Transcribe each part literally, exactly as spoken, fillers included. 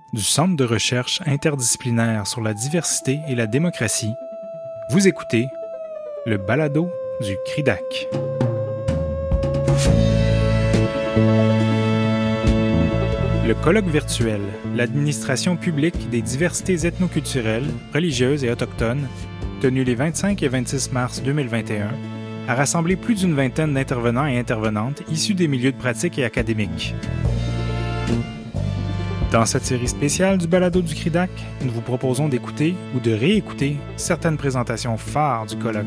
du Centre de recherche interdisciplinaire sur la diversité et la démocratie, vous écoutez le balado du C R I D A C. Le colloque virtuel « L'administration publique des diversités ethnoculturelles, religieuses et autochtones » tenu les vingt-cinq et vingt-six mars deux mille vingt et un, a rassemblé plus d'une vingtaine d'intervenants et intervenantes issus des milieux de pratique et académiques. Dans cette série spéciale du balado du C R I D A C, nous vous proposons d'écouter ou de réécouter certaines présentations phares du colloque.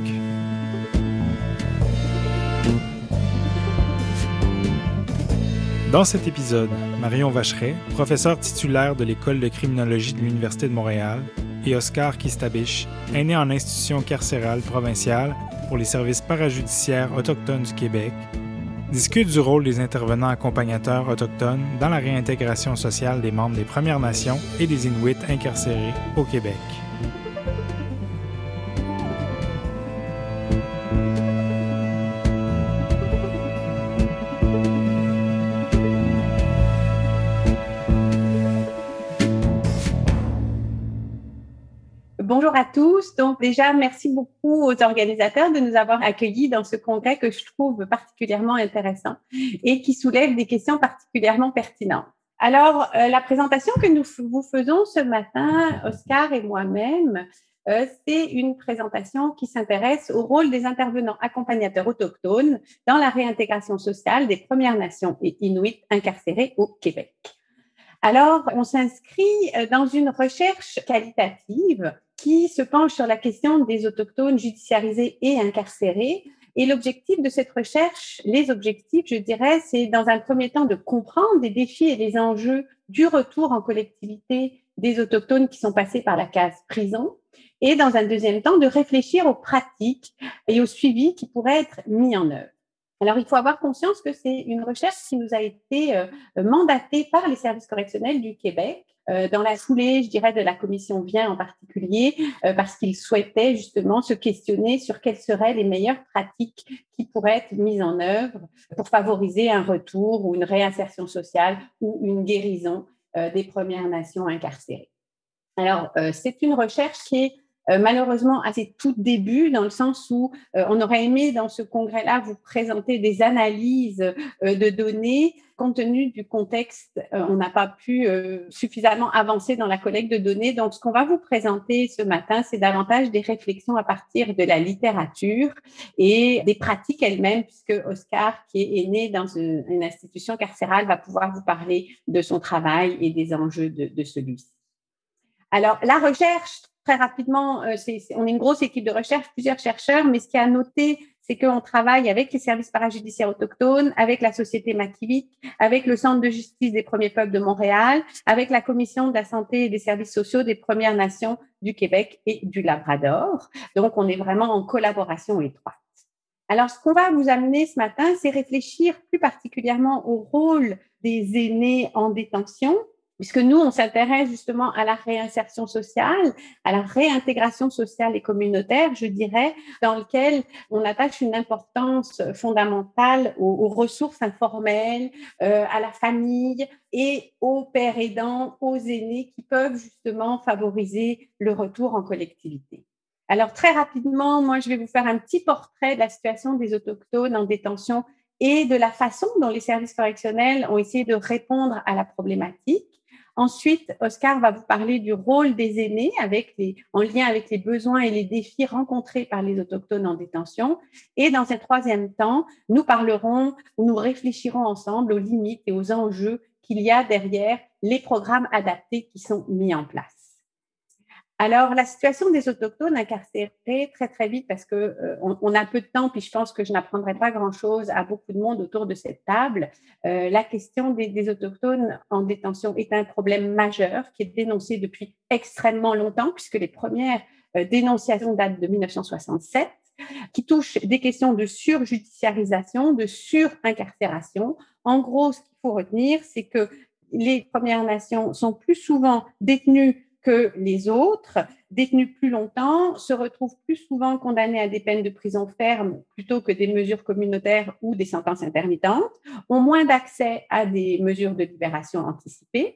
Dans cet épisode, Marion Vacheret, professeure titulaire de l'École de criminologie de l'Université de Montréal, et Oscar Quistabiche, aîné en institution carcérale provinciale pour les services parajudiciaires autochtones du Québec, discutent du rôle des intervenants accompagnateurs autochtones dans la réintégration sociale des membres des Premières Nations et des Inuits incarcérés au Québec. Bonjour à tous. Donc déjà, merci beaucoup aux organisateurs de nous avoir accueillis dans ce congrès que je trouve particulièrement intéressant et qui soulève des questions particulièrement pertinentes. Alors, euh, la présentation que nous vous faisons ce matin, Oscar et moi-même, euh, c'est une présentation qui s'intéresse au rôle des intervenants accompagnateurs autochtones dans la réintégration sociale des Premières Nations et Inuits incarcérés au Québec. Alors, on s'inscrit dans une recherche qualitative qui se penche sur la question des autochtones judiciarisés et incarcérés. Et l'objectif de cette recherche, les objectifs, je dirais, c'est dans un premier temps de comprendre les défis et les enjeux du retour en collectivité des autochtones qui sont passés par la case prison. Et dans un deuxième temps, de réfléchir aux pratiques et aux suivis qui pourraient être mis en œuvre. Alors, il faut avoir conscience que c'est une recherche qui nous a été euh, mandatée par les services correctionnels du Québec, euh, dans la foulée, je dirais, de la commission Vien en particulier, euh, parce qu'ils souhaitaient justement se questionner sur quelles seraient les meilleures pratiques qui pourraient être mises en œuvre pour favoriser un retour ou une réinsertion sociale ou une guérison euh, des Premières Nations incarcérées. Alors, euh, c'est une recherche qui est Euh, malheureusement à ses tout débuts, dans le sens où euh, on aurait aimé dans ce congrès-là vous présenter des analyses euh, de données. Compte tenu du contexte, euh, on n'a pas pu euh, suffisamment avancer dans la collecte de données. Donc, ce qu'on va vous présenter ce matin, c'est davantage des réflexions à partir de la littérature et des pratiques elles-mêmes, puisque Oscar, qui est né dans une, une institution carcérale, va pouvoir vous parler de son travail et des enjeux de, de celui-ci. Alors, la recherche, très rapidement, euh, c'est, c'est, on est une grosse équipe de recherche, plusieurs chercheurs, mais ce qu'il y a à noter, c'est qu'on travaille avec les services parajudiciaires autochtones, avec la Société Makivik, avec le Centre de justice des Premiers Peuples de Montréal, avec la Commission de la santé et des services sociaux des Premières Nations du Québec et du Labrador. Donc, on est vraiment en collaboration étroite. Alors, ce qu'on va vous amener ce matin, c'est réfléchir plus particulièrement au rôle des aînés en détention, puisque nous, on s'intéresse justement à la réinsertion sociale, à la réintégration sociale et communautaire, je dirais, dans lequel on attache une importance fondamentale aux, aux ressources informelles, euh, à la famille et aux pères aidants, aux aînés qui peuvent justement favoriser le retour en collectivité. Alors, très rapidement, moi, je vais vous faire un petit portrait de la situation des autochtones en détention et de la façon dont les services correctionnels ont essayé de répondre à la problématique. Ensuite, Oscar va vous parler du rôle des aînés avec les, en lien avec les besoins et les défis rencontrés par les autochtones en détention. Et dans un troisième temps, nous parlerons ou nous réfléchirons ensemble aux limites et aux enjeux qu'il y a derrière les programmes adaptés qui sont mis en place. Alors, la situation des autochtones incarcérés, très, très vite, parce que euh, on, on a peu de temps, puis je pense que je n'apprendrai pas grand-chose à beaucoup de monde autour de cette table. Euh, la question des, des autochtones en détention est un problème majeur qui est dénoncé depuis extrêmement longtemps, puisque les premières euh, dénonciations datent de dix-neuf cent soixante-sept, qui touchent des questions de surjudiciarisation, de surincarcération. En gros, ce qu'il faut retenir, c'est que les Premières Nations sont plus souvent détenues que les autres, détenus plus longtemps, se retrouvent plus souvent condamnés à des peines de prison ferme plutôt que des mesures communautaires ou des sentences intermittentes, ont moins d'accès à des mesures de libération anticipée.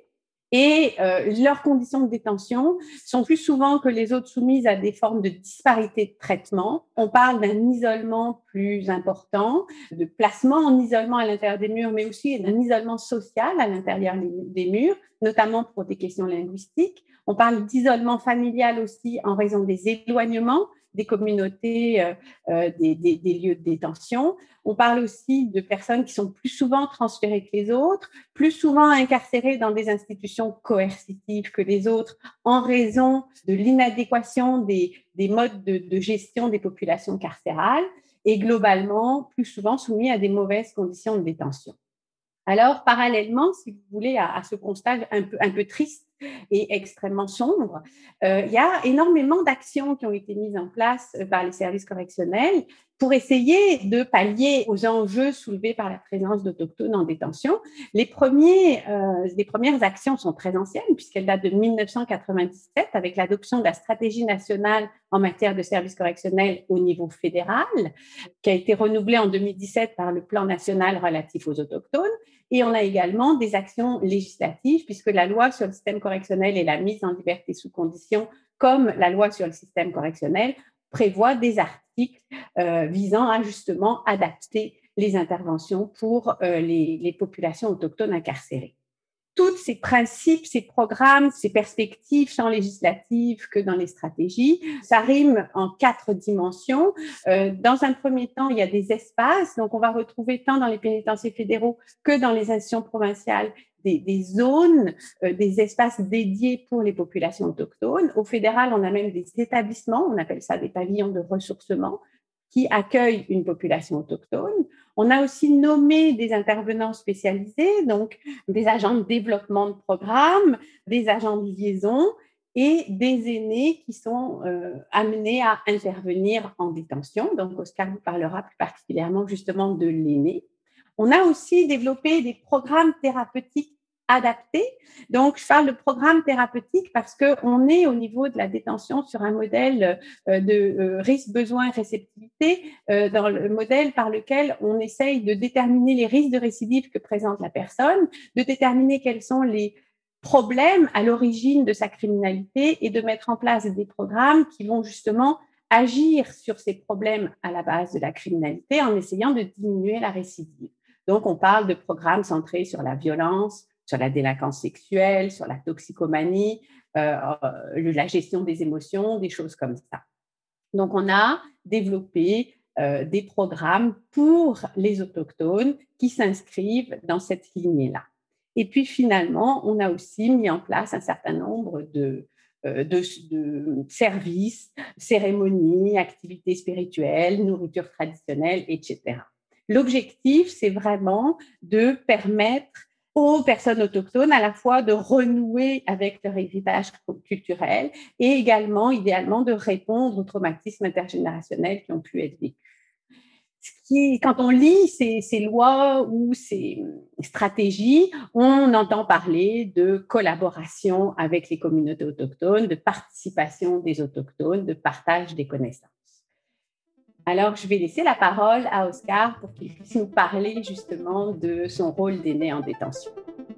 Et euh, leurs conditions de détention sont plus souvent que les autres soumises à des formes de disparité de traitement. On parle d'un isolement plus important, de placement en isolement à l'intérieur des murs, mais aussi d'un isolement social à l'intérieur des murs, notamment pour des questions linguistiques. On parle d'isolement familial aussi en raison des éloignements des communautés, euh, euh, des, des, des lieux de détention. On parle aussi de personnes qui sont plus souvent transférées que les autres, plus souvent incarcérées dans des institutions coercitives que les autres en raison de l'inadéquation des, des modes de, de gestion des populations carcérales et globalement plus souvent soumis à des mauvaises conditions de détention. Alors, parallèlement, si vous voulez, à, à ce constat un peu, un peu triste et extrêmement sombre, euh, il y a énormément d'actions qui ont été mises en place par les services correctionnels pour essayer de pallier aux enjeux soulevés par la présence d'Autochtones en détention. Les, premiers, euh, les premières actions sont très anciennes puisqu'elles datent de dix-neuf cent quatre-vingt-dix-sept avec l'adoption de la stratégie nationale en matière de services correctionnels au niveau fédéral, qui a été renouvelée en deux mille dix-sept par le plan national relatif aux Autochtones. Et on a également des actions législatives, puisque la loi sur le système correctionnel et la mise en liberté sous conditions, comme la loi sur le système correctionnel, prévoit des articles euh, visant à justement adapter les interventions pour euh, les, les populations autochtones incarcérées. Tous ces principes, ces programmes, ces perspectives, tant législatives que dans les stratégies, ça rime en quatre dimensions. Euh, dans un premier temps, il y a des espaces, donc on va retrouver tant dans les pénitenciers fédéraux que dans les institutions provinciales des, des zones, euh, des espaces dédiés pour les populations autochtones. Au fédéral, on a même des établissements, on appelle ça des pavillons de ressourcement, qui accueillent une population autochtone. On a aussi nommé des intervenants spécialisés, donc des agents de développement de programme, des agents de liaison et des aînés qui sont euh, amenés à intervenir en détention. Donc, Oscar vous parlera plus particulièrement justement de l'aîné. On a aussi développé des programmes thérapeutiques adaptés. Donc, je parle de programme thérapeutique parce qu'on est au niveau de la détention sur un modèle de risque-besoin-réceptivité, dans le modèle par lequel on essaye de déterminer les risques de récidive que présente la personne, de déterminer quels sont les problèmes à l'origine de sa criminalité et de mettre en place des programmes qui vont justement agir sur ces problèmes à la base de la criminalité en essayant de diminuer la récidive. Donc, on parle de programmes centrés sur la violence, sur la délinquance sexuelle, sur la toxicomanie, euh, la gestion des émotions, des choses comme ça. Donc, on a développé euh, des programmes pour les autochtones qui s'inscrivent dans cette lignée-là. Et puis, finalement, on a aussi mis en place un certain nombre de, euh, de, de services, cérémonies, activités spirituelles, nourriture traditionnelle, et cetera. L'objectif, c'est vraiment de permettre aux personnes autochtones à la fois de renouer avec leur héritage culturel et également, idéalement, de répondre aux traumatismes intergénérationnels qui ont pu être vécus. Ce qui, quand on lit ces, ces lois ou ces stratégies, on entend parler de collaboration avec les communautés autochtones, de participation des autochtones, de partage des connaissances. Alors, je vais laisser la parole à Oscar pour qu'il puisse nous parler justement de son rôle d'aîné en détention.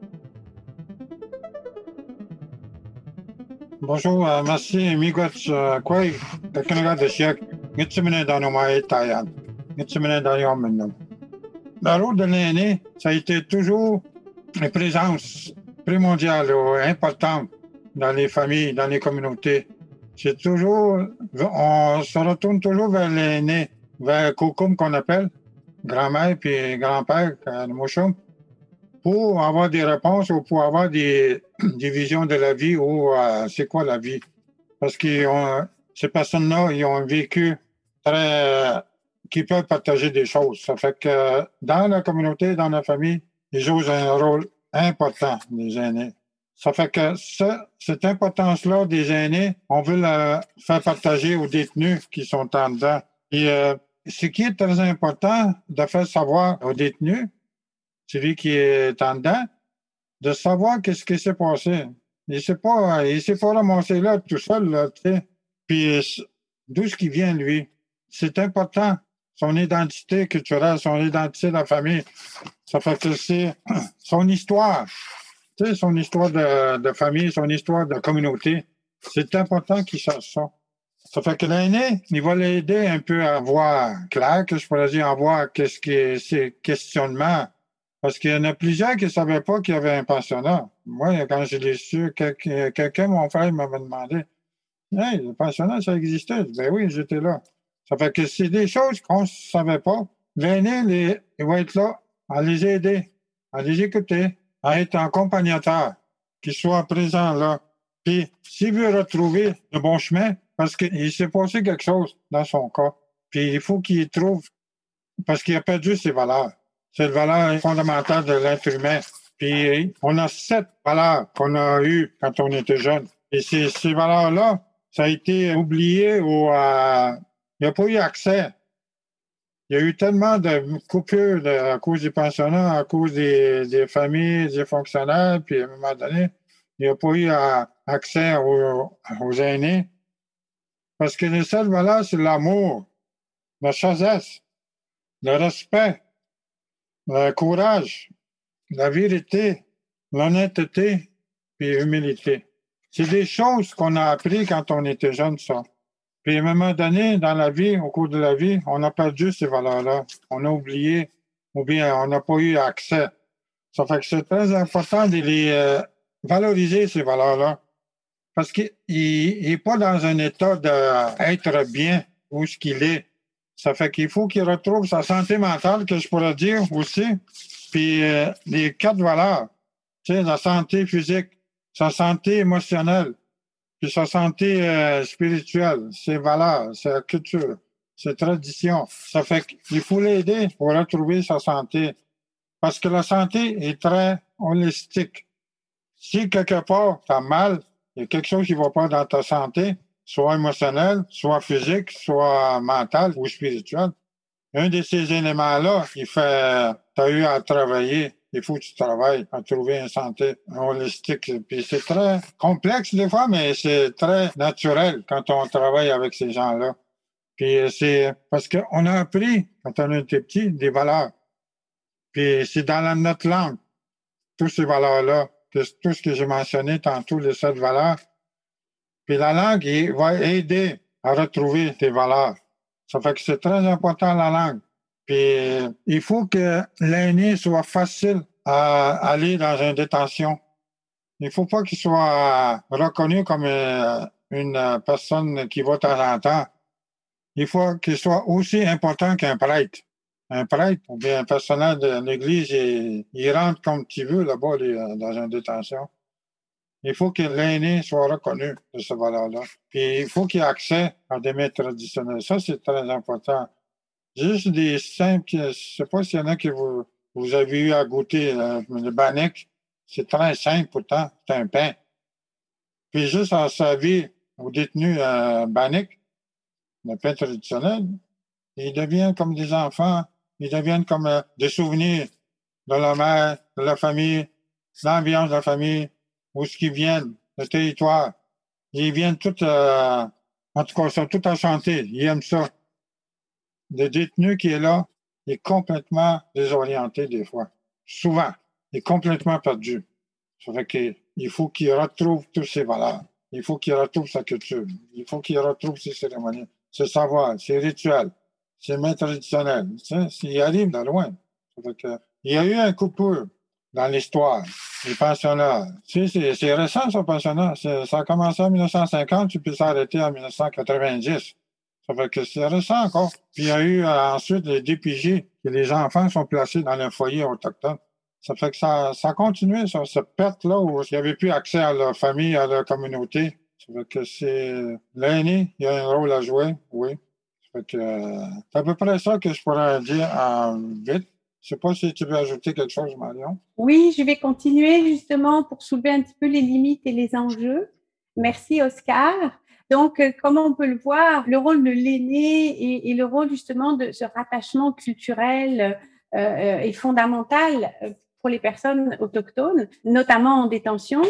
Bonjour, euh, merci. Migots, quoi, quelqu'un de chiec, Mitsimene dans nos mailles taillantes, Mitsimene dans nos menus. Le rôle de l'aîné, ça a été toujours une présence primordiale ou importante dans les familles, dans les communautés. C'est toujours, on se retourne toujours vers l'aîné, vers Koukoum qu'on appelle, grand-mère puis grand-père, Mouchoum, pour avoir des réponses ou pour avoir des, des visions de la vie ou euh, c'est quoi la vie. Parce que ces personnes-là, ils ont vécu très, euh, qui peuvent partager des choses. Ça fait que dans la communauté, dans la famille, ils jouent un rôle important, les aînés. Ça fait que ce, cette importance-là des aînés, on veut la faire partager aux détenus qui sont en dedans. Et euh, ce qui est très important de faire savoir aux détenus, celui qui est en dedans, de savoir qu'est-ce qui s'est passé. Il ne s'est pas, il s'est pas ramassé là tout seul, là, tu sais. Puis d'où ce qui vient, lui. C'est important. Son identité culturelle, son identité de la famille. Ça fait que c'est son histoire. Tu sais, son histoire de, de famille, son histoire de communauté. C'est important qu'il sache ça. Ça fait que l'aîné, il va l'aider un peu à voir clair, que je pourrais dire, à voir qu'est-ce qui est ces questionnements. Parce qu'il y en a plusieurs qui ne savaient pas qu'il y avait un pensionnat. Moi, quand je l'ai su, quelqu'un, quelqu'un, mon frère, m'avait demandé, hey, le pensionnat, ça existait. Je dis, ben oui, j'étais là. Ça fait que c'est des choses qu'on ne savait pas. L'aîné, les, il va être là à les aider, à les écouter, à être accompagnateur, qu'il soit présent là. Puis, s'il veut retrouver le bon chemin, parce qu'il s'est passé quelque chose dans son cas, puis il faut qu'il trouve, parce qu'il a perdu ses valeurs. C'est la valeur fondamentale de l'être humain. Puis, on a sept valeurs qu'on a eues quand on était jeune. Et ces, ces valeurs-là, ça a été oublié ou euh, il n'y a pas eu accès. Il y a eu tellement de coupures de, à cause des pensionnats, à cause des, des familles, des fonctionnaires, puis à un moment donné, il n'y a pas eu euh, accès aux, aux aînés. Parce que les seules valeurs, c'est l'amour, la sagesse, le respect, le courage, la vérité, l'honnêteté, puis l'humilité. C'est des choses qu'on a appris quand on était jeune, ça. Puis à un moment donné, dans la vie, au cours de la vie, on a perdu ces valeurs-là. On a oublié, ou bien on n'a pas eu accès. Ça fait que c'est très important de les euh, valoriser, ces valeurs-là. Parce qu'il n'est pas dans un état d'être bien où ce qu'il est. Ça fait qu'il faut qu'il retrouve sa santé mentale, que je pourrais dire aussi. Puis euh, les quatre valeurs, tu sais, la santé physique, sa santé émotionnelle, puis sa santé euh, spirituelle, ses valeurs, sa culture, ses traditions. Ça fait qu'il faut l'aider pour retrouver sa santé. Parce que la santé est très holistique. Si quelque part tu as mal, il y a quelque chose qui ne va pas dans ta santé, soit émotionnelle, soit physique, soit mentale ou spirituelle. Un de ces éléments-là, il fait, tu as eu à travailler. Il faut que tu travailles à trouver une santé holistique. Puis c'est très complexe des fois, mais c'est très naturel quand on travaille avec ces gens-là. Puis c'est parce qu'on a appris, quand on était petit, des valeurs. Puis c'est dans la, notre langue, toutes ces valeurs-là, tout ce que j'ai mentionné tantôt, les sept valeurs. Puis la langue, il va aider à retrouver tes valeurs. Ça fait que c'est très important, la langue. Puis il faut que l'aîné soit facile à aller dans une détention. Il ne faut pas qu'il soit reconnu comme une personne qui va de temps en temps. Il faut qu'il soit aussi important qu'un prêtre. Un prêtre ou bien un personnel de l'Église, il, il rentre comme tu veux là-bas dans une détention. Il faut que l'aîné soit reconnu de ce valeur-là. Puis il faut qu'il ait accès à des maîtres traditionnels. Ça, c'est très important. Juste des simples, je ne sais pas s'il y en a que vous, vous avez eu à goûter, euh, le bannick, c'est très simple pourtant, c'est un pain. Puis juste en servir aux détenus euh, bannick, le pain traditionnel, ils deviennent comme des enfants, ils deviennent comme euh, des souvenirs de la mère, de la famille, l'ambiance de la famille, où ce qu'ils viennent, le territoire. Ils viennent tous, euh, en tout cas, ils sont tous enchantés, ils aiment ça. Le détenu qui est là, il est complètement désorienté des fois. Souvent, il est complètement perdu. Ça fait qu'il faut qu'il retrouve toutes ses valeurs. Il faut qu'il retrouve sa culture. Il faut qu'il retrouve ses cérémonies, ses savoirs, ses rituels, ses mains traditionnelles. Il arrive de loin. Ça fait que, il y a eu un coupure dans l'histoire des pensionnats. Tu sais, c'est, c'est récent, ce pensionnat. C'est, ça a commencé en dix-neuf cent cinquante, puis ça a arrêté en dix-neuf cent quatre-vingt-dix. Ça fait que c'est récent encore. Puis il y a eu euh, ensuite les D P J, que les enfants sont placés dans un foyer autochtone. Ça fait que ça, ça a continué, ça, cette perte-là, où il n'y avait plus accès à leur famille, à leur communauté. Ça fait que c'est l'aîné, il a un rôle à jouer, oui. Ça fait que euh, c'est à peu près ça que je pourrais dire en vite. Je ne sais pas si tu veux ajouter quelque chose, Marion. Oui, je vais continuer justement pour soulever un petit peu les limites et les enjeux. Merci, Oscar. Donc, comme on peut le voir, le rôle de l'aîné et, et le rôle justement de ce rattachement culturel euh, est fondamental pour pour les personnes autochtones, notamment en détention.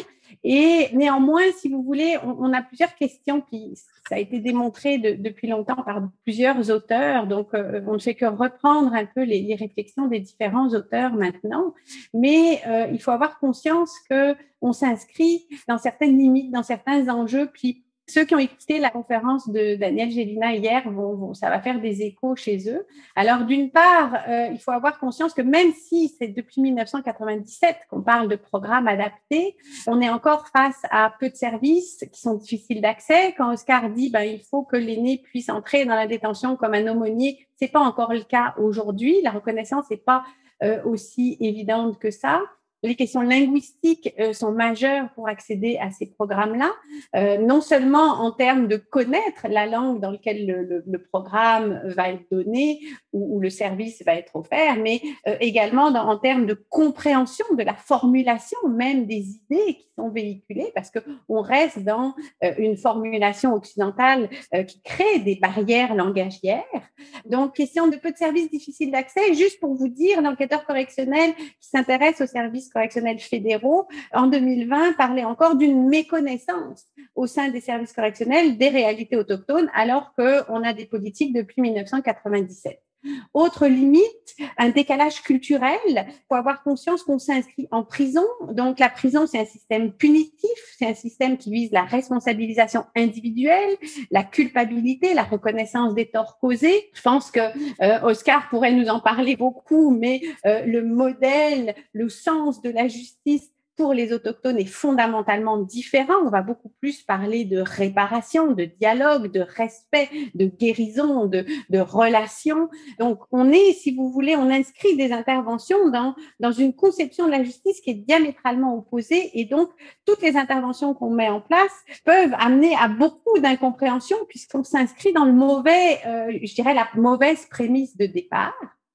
Et néanmoins, si vous voulez, on, on a plusieurs questions, puis ça a été démontré de, depuis longtemps par plusieurs auteurs, donc euh, on ne fait que reprendre un peu les, les réflexions des différents auteurs maintenant, mais euh, il faut avoir conscience qu'on s'inscrit dans certaines limites, dans certains enjeux, puis ceux qui ont écouté la conférence de Daniel Gélina hier, vont, vont, ça va faire des échos chez eux. Alors, d'une part, euh, il faut avoir conscience que même si c'est depuis dix-neuf cent quatre-vingt-dix-sept qu'on parle de programmes adaptés, on est encore face à peu de services qui sont difficiles d'accès. Quand Oscar dit ben, il faut que l'aîné puisse entrer dans la détention comme un aumônier, ce n'est pas encore le cas aujourd'hui. La reconnaissance n'est pas euh, aussi évidente que ça. Les questions linguistiques euh, sont majeures pour accéder à ces programmes-là, euh, non seulement en termes de connaître la langue dans laquelle le, le, le programme va être donné ou, ou le service va être offert, mais euh, également dans, en termes de compréhension de la formulation même des idées qui sont véhiculées, parce qu'on reste dans euh, une formulation occidentale euh, qui crée des barrières langagières. Donc, question de peu de services difficiles d'accès. Juste pour vous dire, l'enquêteur correctionnel qui s'intéresse aux services correctionnels fédéraux, en deux mille vingt, parlait encore d'une méconnaissance au sein des services correctionnels des réalités autochtones, alors qu'on a des politiques depuis dix-neuf cent quatre-vingt-dix-sept. Autre limite, un décalage culturel. Il faut avoir conscience qu'on s'inscrit en prison. Donc, la prison, c'est un système punitif, c'est un système qui vise la responsabilisation individuelle, la culpabilité, la reconnaissance des torts causés. Je pense que euh, Oscar pourrait nous en parler beaucoup, mais euh, le modèle, le sens de la justice pour les autochtones est fondamentalement différent. On va beaucoup plus parler de réparation, de dialogue, de respect, de guérison, de, de relation. Donc, on est, si vous voulez, on inscrit des interventions dans, dans une conception de la justice qui est diamétralement opposée. Et donc, toutes les interventions qu'on met en place peuvent amener à beaucoup d'incompréhension puisqu'on s'inscrit dans le mauvais, euh, je dirais, la mauvaise prémisse de départ.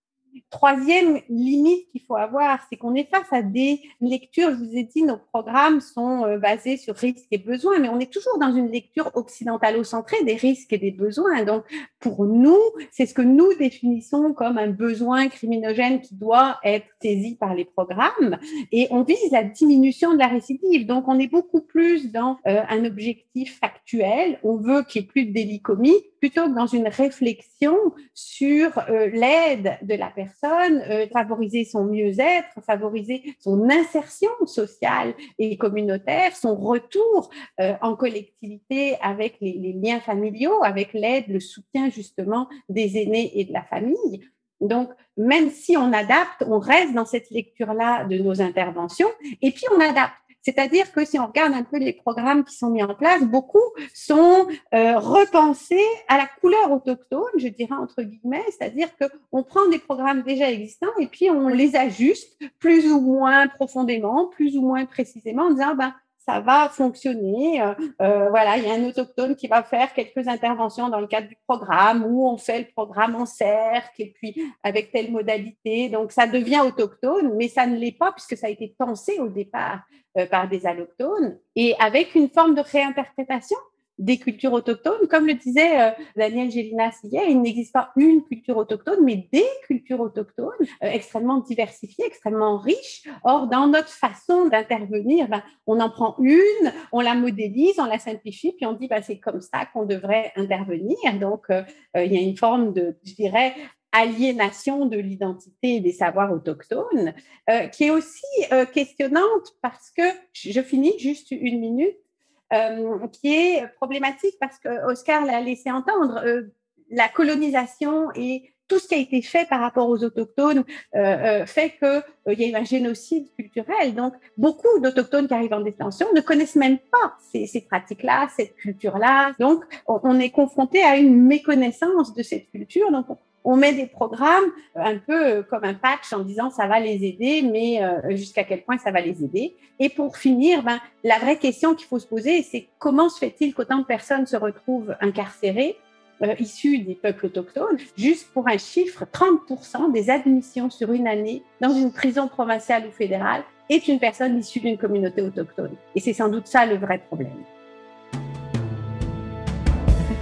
Troisième limite qu'il faut avoir, c'est qu'on est face à des lectures, je vous ai dit, nos programmes sont basés sur risques et besoins, mais on est toujours dans une lecture occidentalo-centrée des risques et des besoins. Donc, pour nous, c'est ce que nous définissons comme un besoin criminogène qui doit être saisi par les programmes, et on vise la diminution de la récidive. Donc, on est beaucoup plus dans euh, un objectif factuel, on veut qu'il n'y ait plus de délit commis, plutôt que dans une réflexion sur euh, l'aide de la personne, euh, favoriser son mieux-être, favoriser son insertion sociale et communautaire, son retour euh, en collectivité avec les, les liens familiaux, avec l'aide, le soutien justement des aînés et de la famille. Donc, même si on adapte, on reste dans cette lecture-là de nos interventions et puis on adapte. C'est-à-dire que si on regarde un peu les programmes qui sont mis en place, beaucoup sont euh, repensés à la couleur autochtone, je dirais entre guillemets, c'est-à-dire qu'on prend des programmes déjà existants et puis on les ajuste plus ou moins profondément, plus ou moins précisément en disant ben, ça va fonctionner. Euh, euh, voilà, il y a un autochtone qui va faire quelques interventions dans le cadre du programme où on fait le programme en cercle et puis avec telle modalité. Donc, ça devient autochtone, mais ça ne l'est pas puisque ça a été pensé au départ euh, par des allochtones et avec une forme de réinterprétation des cultures autochtones. Comme le disait euh, Daniel Gélinas hier, il n'existe pas une culture autochtone, mais des cultures autochtones euh, extrêmement diversifiées, extrêmement riches. Or, dans notre façon d'intervenir, ben, on en prend une, on la modélise, on la simplifie, puis on dit ben, c'est comme ça qu'on devrait intervenir. Donc, euh, euh, il y a une forme de, je dirais, aliénation de l'identité et des savoirs autochtones, euh, qui est aussi euh, questionnante parce que, je finis juste une minute, Euh, qui est problématique parce que Oscar l'a laissé entendre, euh, la colonisation et tout ce qui a été fait par rapport aux autochtones euh, euh, fait qu'il euh, y a eu un génocide culturel. Donc, beaucoup d'autochtones qui arrivent en détention ne connaissent même pas ces, ces pratiques-là, cette culture-là. Donc, on, on est confronté à une méconnaissance de cette culture. Donc, on, on met des programmes un peu comme un patch en disant ça va les aider, mais euh, jusqu'à quel point ça va les aider. Et pour finir, ben, la vraie question qu'il faut se poser, c'est comment se fait-il qu'autant de personnes se retrouvent incarcérées, euh, issues des peuples autochtones, juste pour un chiffre, trente pour cent des admissions sur une année dans une prison provinciale ou fédérale est une personne issue d'une communauté autochtone. Et c'est sans doute ça le vrai problème.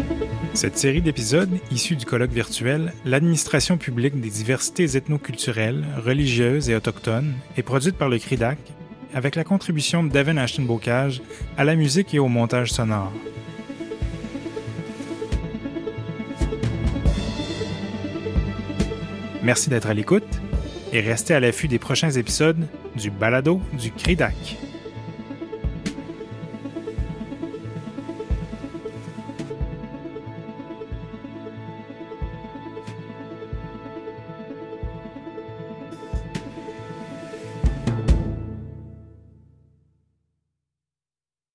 Cette série d'épisodes, issue du colloque virtuel « L'administration publique des diversités ethnoculturelles, religieuses et autochtones » est produite par le C R I D A C avec la contribution de Devin Ashton-Bocage à la musique et au montage sonore. Merci d'être à l'écoute et restez à l'affût des prochains épisodes du Balado du C R I D A C.